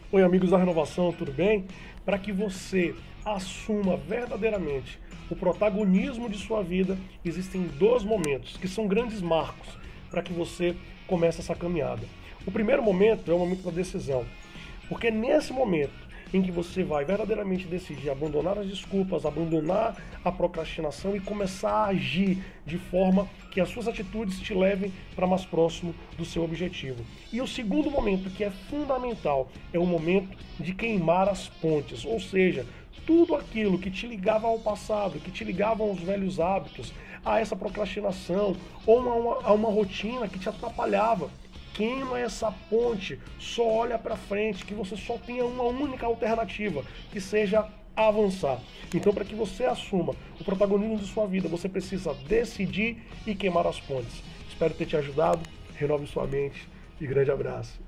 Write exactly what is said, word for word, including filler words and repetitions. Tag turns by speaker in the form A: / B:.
A: Oi, amigos da Renovação, tudo bem? Para que você assuma verdadeiramente o protagonismo de sua vida, existem dois momentos que são grandes marcos para que você comece essa caminhada. O primeiro momento é o momento da decisão, porque nesse momento em que você vai verdadeiramente decidir abandonar as desculpas, abandonar a procrastinação e começar a agir de forma que as suas atitudes te levem para mais próximo do seu objetivo. E o segundo momento, que é fundamental, é o momento de queimar as pontes, ou seja, tudo aquilo que te ligava ao passado, que te ligava aos velhos hábitos, a essa procrastinação ou a uma, a uma rotina que te atrapalhava. Queima essa ponte, só olha para frente, que você só tenha uma única alternativa, que seja avançar. Então, para que você assuma o protagonismo de sua vida, você precisa decidir e queimar as pontes. Espero ter te ajudado, renove sua mente e grande abraço.